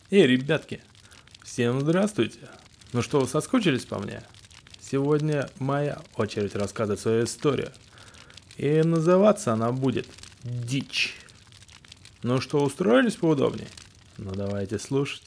Эй, ребятки, всем здравствуйте. Ну что, вы соскучились по мне? Сегодня моя очередь рассказывать свою историю. И называться она будет «Дичь». Ну что, устроились поудобнее? Ну давайте слушать.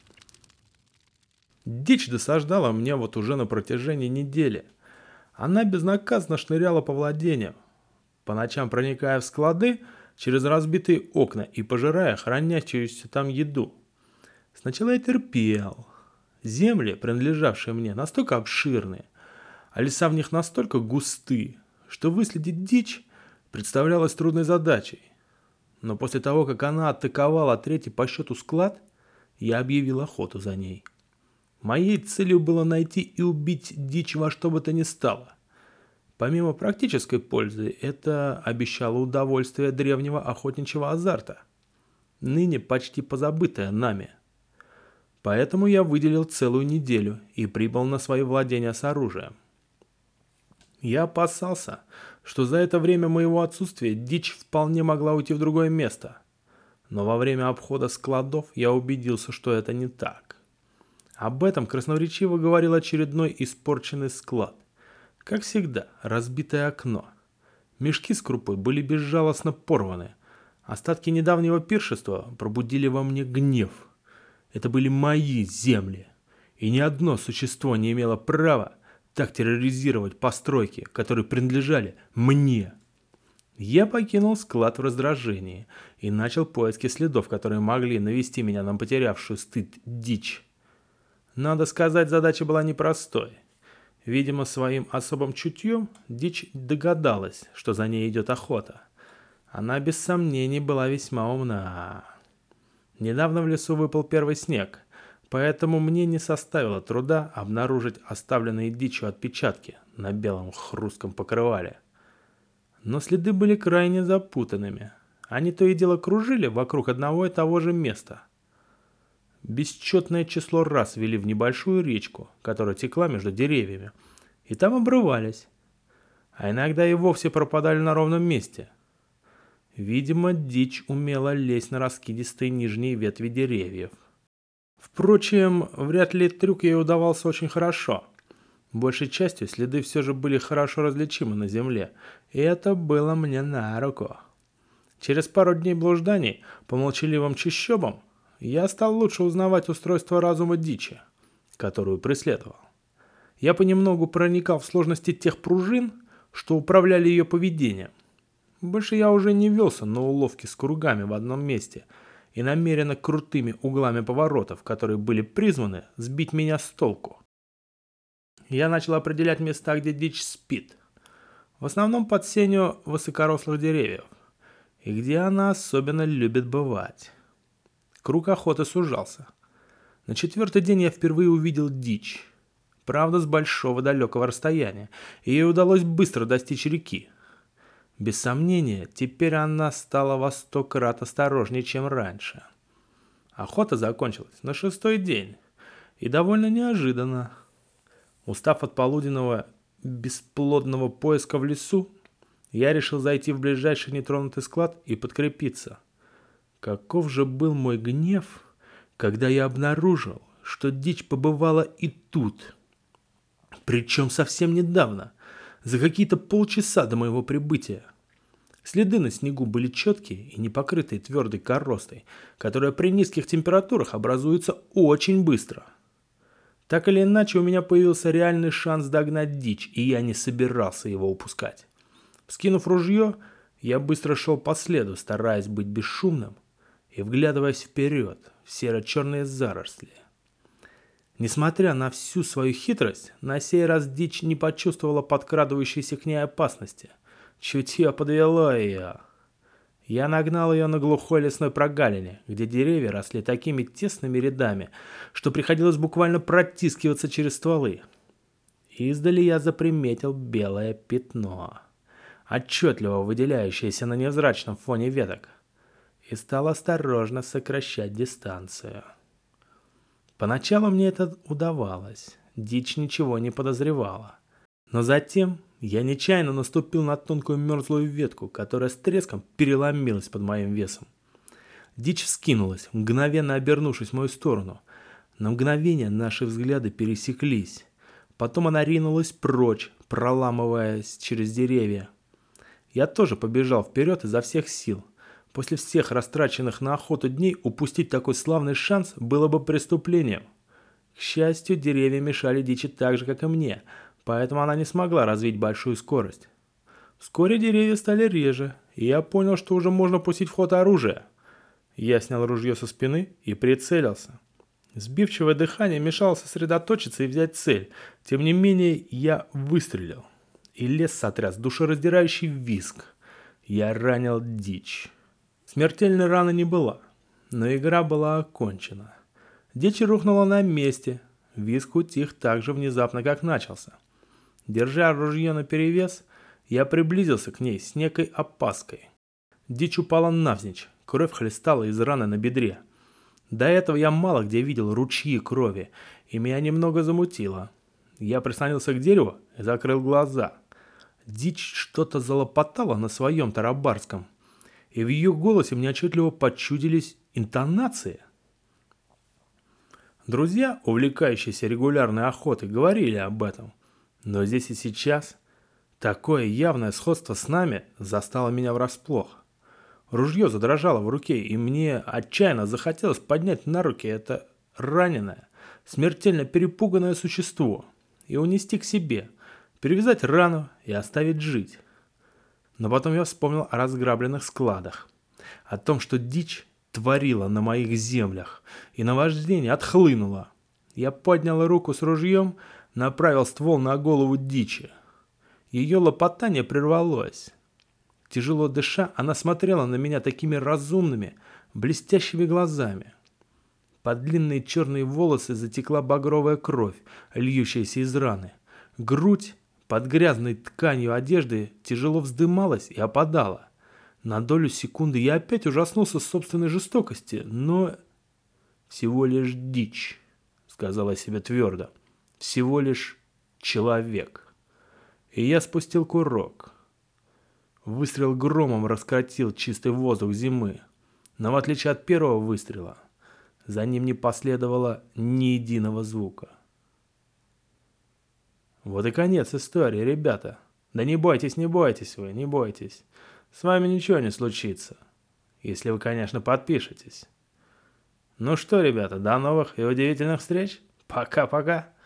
Дичь досаждала мне вот уже на протяжении недели. Она безнаказанно шныряла по владениям, по ночам проникая в склады через разбитые окна и пожирая хранящуюся там еду. Сначала я терпел. Земли, принадлежавшие мне, настолько обширные, а леса в них настолько густы, что выследить дичь представлялось трудной задачей. Но после того, как она атаковала третий по счету склад, я объявил охоту за ней. Моей целью было найти и убить дичь во что бы то ни стало. Помимо практической пользы, это обещало удовольствие древнего охотничьего азарта, ныне почти позабытое нами. Поэтому я выделил целую неделю и прибыл на свои владения с оружием. Я опасался, что за это время моего отсутствия дичь вполне могла уйти в другое место. Но во время обхода складов я убедился, что это не так. Об этом красноречиво говорил очередной испорченный склад. Как всегда, разбитое окно. Мешки с крупой были безжалостно порваны. Остатки недавнего пиршества пробудили во мне гнев. Это были мои земли, и ни одно существо не имело права так терроризировать постройки, которые принадлежали мне. Я покинул склад в раздражении и начал поиски следов, которые могли навести меня на потерявшую стыд дичь. Надо сказать, задача была непростой. Видимо, своим особым чутьем дичь догадалась, что за ней идет охота. Она без сомнений была весьма умна. Недавно в лесу выпал первый снег, поэтому мне не составило труда обнаружить оставленные дичью отпечатки на белом хрустком покрывале. Но следы были крайне запутанными. Они то и дело кружили вокруг одного и того же места. Бесчетное число раз вели в небольшую речку, которая текла между деревьями, и там обрывались, а иногда и вовсе пропадали на ровном месте. Видимо, дичь умела лезть на раскидистые нижние ветви деревьев. Впрочем, вряд ли трюк ей удавался очень хорошо. Большей частью следы все же были хорошо различимы на земле, и это было мне на руку. Через пару дней блужданий по молчаливым чащобам я стал лучше узнавать устройство разума дичи, которую преследовал. Я понемногу проникал в сложности тех пружин, что управляли ее поведением. Больше я уже не велся на уловки с кругами в одном месте и намеренно крутыми углами поворотов, которые были призваны сбить меня с толку. Я начал определять места, где дичь спит, в основном под сенью высокорослых деревьев, и где она особенно любит бывать. Круг охоты сужался. На четвертый день я впервые увидел дичь, правда с большого далекого расстояния, и ей удалось быстро достичь реки. Без сомнения, теперь она стала во 100 крат осторожнее, чем раньше. Охота закончилась на 6-й день, и довольно неожиданно. Устав от полуденного бесплодного поиска в лесу, я решил зайти в ближайший нетронутый склад и подкрепиться. Каков же был мой гнев, когда я обнаружил, что дичь побывала и тут. Причем совсем недавно, за какие-то полчаса до моего прибытия. Следы на снегу были четкие и не покрытые твердой коростой, которая при низких температурах образуется очень быстро. Так или иначе, у меня появился реальный шанс догнать дичь, и я не собирался его упускать. Вскинув ружье, я быстро шел по следу, стараясь быть бесшумным и вглядываясь вперед в серо-черные заросли. Несмотря на всю свою хитрость, на сей раз дичь не почувствовала подкрадывающейся к ней опасности. Чутье подвело ее. Я нагнал ее на глухой лесной прогалине, где деревья росли такими тесными рядами, что приходилось буквально протискиваться через стволы. Издали я заприметил белое пятно, отчетливо выделяющееся на невзрачном фоне веток, и стал осторожно сокращать дистанцию. Поначалу мне это удавалось, дичь ничего не подозревала. Но затем я нечаянно наступил на тонкую мерзлую ветку, которая с треском переломилась под моим весом. Дичь вскинулась, мгновенно обернувшись в мою сторону. На мгновение наши взгляды пересеклись. Потом она ринулась прочь, проламываясь через деревья. Я тоже побежал вперед изо всех сил. После всех растраченных на охоту дней упустить такой славный шанс было бы преступлением. К счастью, деревья мешали дичи так же, как и мне, поэтому она не смогла развить большую скорость. Вскоре деревья стали реже, и я понял, что уже можно пустить в ход оружие. Я снял ружье со спины и прицелился. Сбивчивое дыхание мешало сосредоточиться и взять цель. Тем не менее, я выстрелил. И лес сотряс душераздирающий визг. Я ранил дичь. Смертельной раны не было, но игра была окончена. Дичь рухнула на месте. Визг утих так же внезапно, как начался. Держа ружье наперевес, я приблизился к ней с некой опаской. Дичь упала навзничь. Кровь хлестала из раны на бедре. До этого я мало где видел ручьи крови, и меня немного замутило. Я прислонился к дереву и закрыл глаза. Дичь что-то залопотала на своем тарабарском, и в ее голосе мне отчетливо почудились интонации. Друзья, увлекающиеся регулярной охотой, говорили об этом, но здесь и сейчас такое явное сходство с нами застало меня врасплох. Ружье задрожало в руке, и мне отчаянно захотелось поднять на руки это раненое, смертельно перепуганное существо и унести к себе, перевязать рану и оставить жить. Но потом я вспомнил о разграбленных складах, о том, что дичь творила на моих землях, и наваждение отхлынуло. Я поднял руку с ружьем, направил ствол на голову дичи. Ее лопотание прервалось. Тяжело дыша, она смотрела на меня такими разумными, блестящими глазами. Под длинные черные волосы затекла багровая кровь, льющаяся из раны. Грудь под грязной тканью одежды тяжело вздымалась и опадала. На долю секунды я опять ужаснулся собственной жестокости, но... «Всего лишь дичь», — сказала себе твердо. «Всего лишь человек». И я спустил курок. Выстрел громом раскатил чистый воздух зимы, но в отличие от первого выстрела, за ним не последовало ни единого звука. Вот и конец истории, ребята. Да не бойтесь вы, не бойтесь. С вами ничего не случится, если вы, конечно, подпишетесь. Ну что, ребята, до новых и удивительных встреч. Пока-пока.